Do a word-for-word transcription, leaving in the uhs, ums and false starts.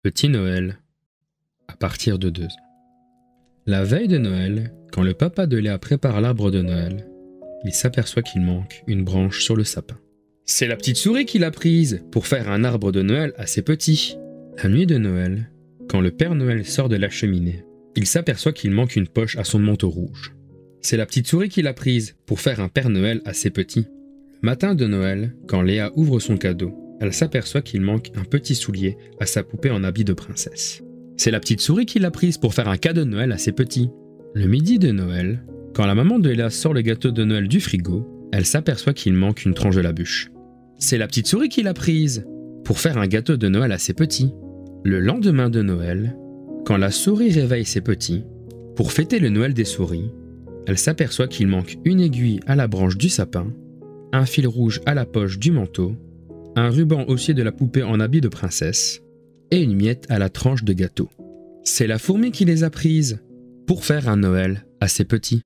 Petit Noël, à partir de deux ans. La veille de Noël, quand le papa de Léa prépare l'arbre de Noël, il s'aperçoit qu'il manque une branche sur le sapin. C'est la petite souris qui l'a prise pour faire un arbre de Noël assez petit. La nuit de Noël, quand le Père Noël sort de la cheminée, il s'aperçoit qu'il manque une poche à son manteau rouge. C'est la petite souris qui l'a prise pour faire un Père Noël assez petit. Le matin de Noël, quand Léa ouvre son cadeau, elle s'aperçoit qu'il manque un petit soulier à sa poupée en habit de princesse. C'est la petite souris qui l'a prise pour faire un cadeau de Noël assez petit. Le midi de Noël, quand la maman de Léa sort le gâteau de Noël du frigo, elle s'aperçoit qu'il manque une tranche de la bûche. C'est la petite souris qui l'a prise pour faire un gâteau de Noël assez petit. Le lendemain de Noël, quand la souris réveille ses petits, pour fêter le Noël des souris, elle s'aperçoit qu'il manque une aiguille à la branche du sapin, un fil rouge à la poche du manteau, un ruban haussier de la poupée en habit de princesse et une miette à la tranche de gâteau. C'est la fourmi qui les a prises pour faire un Noël assez petit.